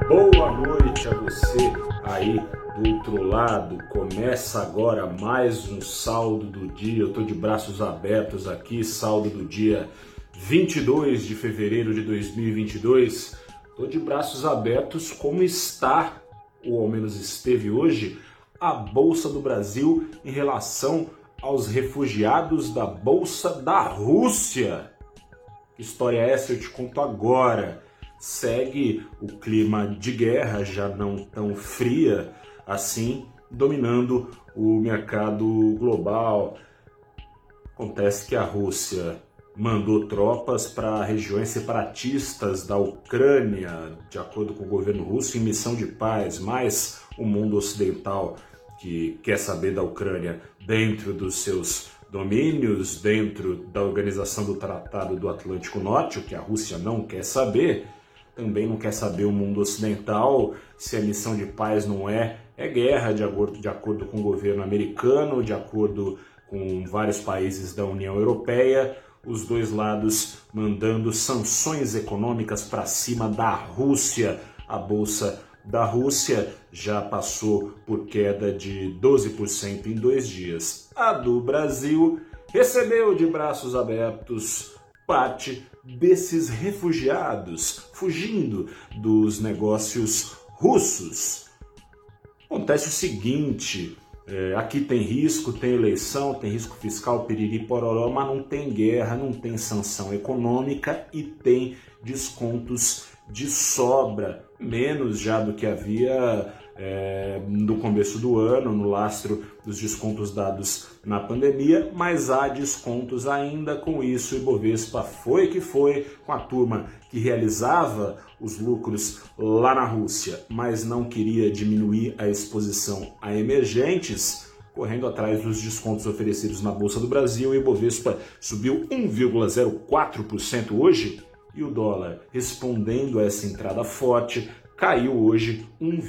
Boa noite a você aí do outro lado. Começa agora mais um saldo do dia. Eu estou de braços abertos aqui, saldo do dia 22 de fevereiro de 2022. Estou de braços abertos como está, ou ao menos esteve hoje, a Bolsa do Brasil em relação aos refugiados da Bolsa da Rússia. Que história é essa? Eu te conto agora. Segue o clima de guerra, já não tão fria assim, dominando o mercado global. Acontece que a Rússia mandou tropas para regiões separatistas da Ucrânia, de acordo com o governo russo, em missão de paz, mas o mundo ocidental, que quer saber da Ucrânia dentro dos seus domínios, dentro da organização do Tratado do Atlântico Norte, o que a Rússia não quer saber, também não quer saber o mundo ocidental se a missão de paz não é guerra, de acordo com o governo americano, de acordo com vários países da União Europeia, os dois lados mandando sanções econômicas para cima da Rússia. A Bolsa da Rússia já passou por queda de 12% em 2 dias. A do Brasil recebeu de braços abertos parte desses refugiados fugindo dos negócios russos. Acontece o seguinte, aqui tem risco, tem eleição, tem risco fiscal, piriri, pororó, mas não tem guerra, não tem sanção econômica e tem descontos de sobra, menos já do que havia no começo do ano, no lastro dos descontos dados na pandemia, mas há descontos ainda. Com isso, o Ibovespa foi que foi, com a turma que realizava os lucros lá na Rússia, mas não queria diminuir a exposição a emergentes, correndo atrás dos descontos oferecidos na Bolsa do Brasil. O Ibovespa subiu 1,04% hoje, e o dólar, respondendo a essa entrada forte, caiu hoje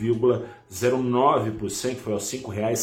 1,09%, foi aos R$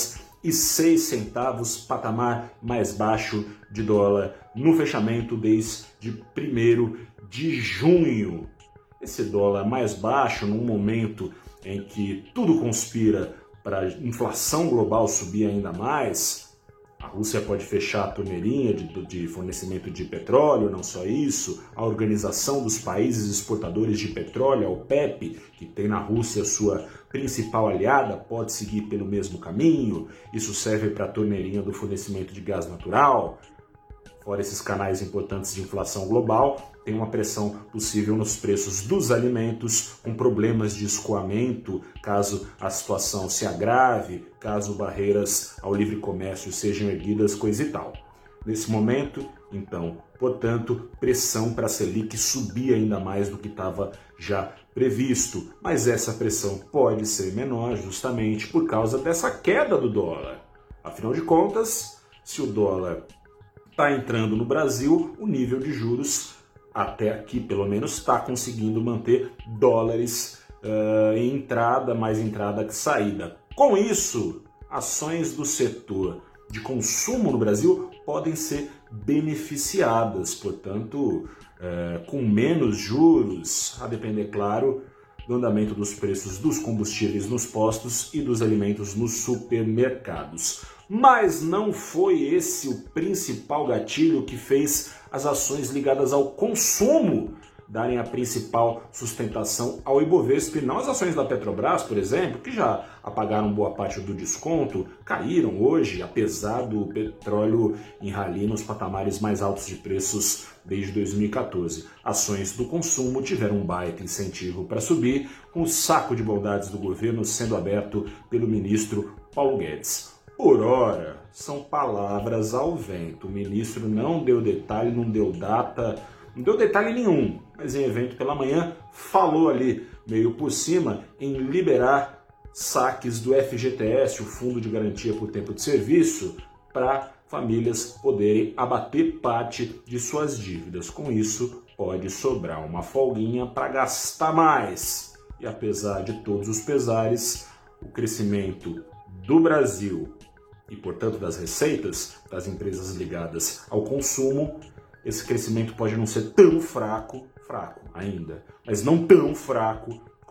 5,06, patamar mais baixo de dólar no fechamento desde 1º de junho. Esse dólar mais baixo, num momento em que tudo conspira para a inflação global subir ainda mais. A Rússia pode fechar a torneirinha de fornecimento de petróleo, não só isso. A Organização dos Países Exportadores de Petróleo, a OPEP, que tem na Rússia sua principal aliada, pode seguir pelo mesmo caminho. Isso serve para a torneirinha do fornecimento de gás natural. Fora esses canais importantes de inflação global, tem uma pressão possível nos preços dos alimentos, com problemas de escoamento, caso a situação se agrave, caso barreiras ao livre comércio sejam erguidas, coisa e tal. Nesse momento, então, portanto, pressão para a Selic subir ainda mais do que estava já previsto, mas essa pressão pode ser menor justamente por causa dessa queda do dólar. Afinal de contas, se o dólar está entrando no Brasil, o nível de juros, até aqui pelo menos, está conseguindo manter dólares em entrada, mais entrada que saída. Com isso, ações do setor de consumo no Brasil podem ser beneficiadas, portanto, com menos juros, a depender, claro, do andamento dos preços dos combustíveis nos postos e dos alimentos nos supermercados. Mas não foi esse o principal gatilho que fez as ações ligadas ao consumo darem a principal sustentação ao Ibovespa, e não as ações da Petrobras, por exemplo, que já apagaram boa parte do desconto, caíram hoje, apesar do petróleo em rally nos patamares mais altos de preços desde 2014. Ações do consumo tiveram um baita incentivo para subir, com o saco de bondades do governo sendo aberto pelo ministro Paulo Guedes. Por ora, são palavras ao vento. O ministro não deu detalhe, não deu data, não deu detalhe nenhum, mas em evento pela manhã falou ali, meio por cima, em liberar saques do FGTS, o Fundo de Garantia por Tempo de Serviço, para famílias poderem abater parte de suas dívidas. Com isso, pode sobrar uma folguinha para gastar mais. E apesar de todos os pesares, o crescimento do Brasil e, portanto, das receitas das empresas ligadas ao consumo, esse crescimento pode não ser tão fraco ainda, mas não tão fraco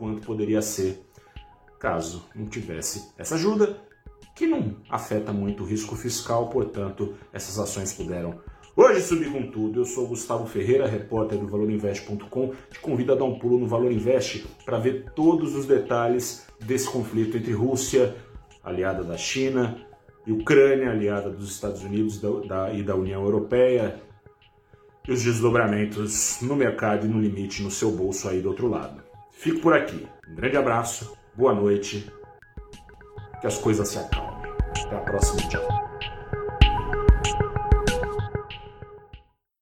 quanto poderia ser caso não tivesse essa ajuda, que não afeta muito o risco fiscal, portanto, essas ações puderam hoje subir com tudo. Eu sou Gustavo Ferreira, repórter do ValorInvest.com. Te convido a dar um pulo no Valor Invest para ver todos os detalhes desse conflito entre Rússia, aliada da China, e Ucrânia, aliada dos Estados Unidos e da União Europeia, e os desdobramentos no mercado e no limite no seu bolso aí do outro lado. Fico por aqui. Um grande abraço, boa noite, que as coisas se acalmem. Até a próxima, tchau.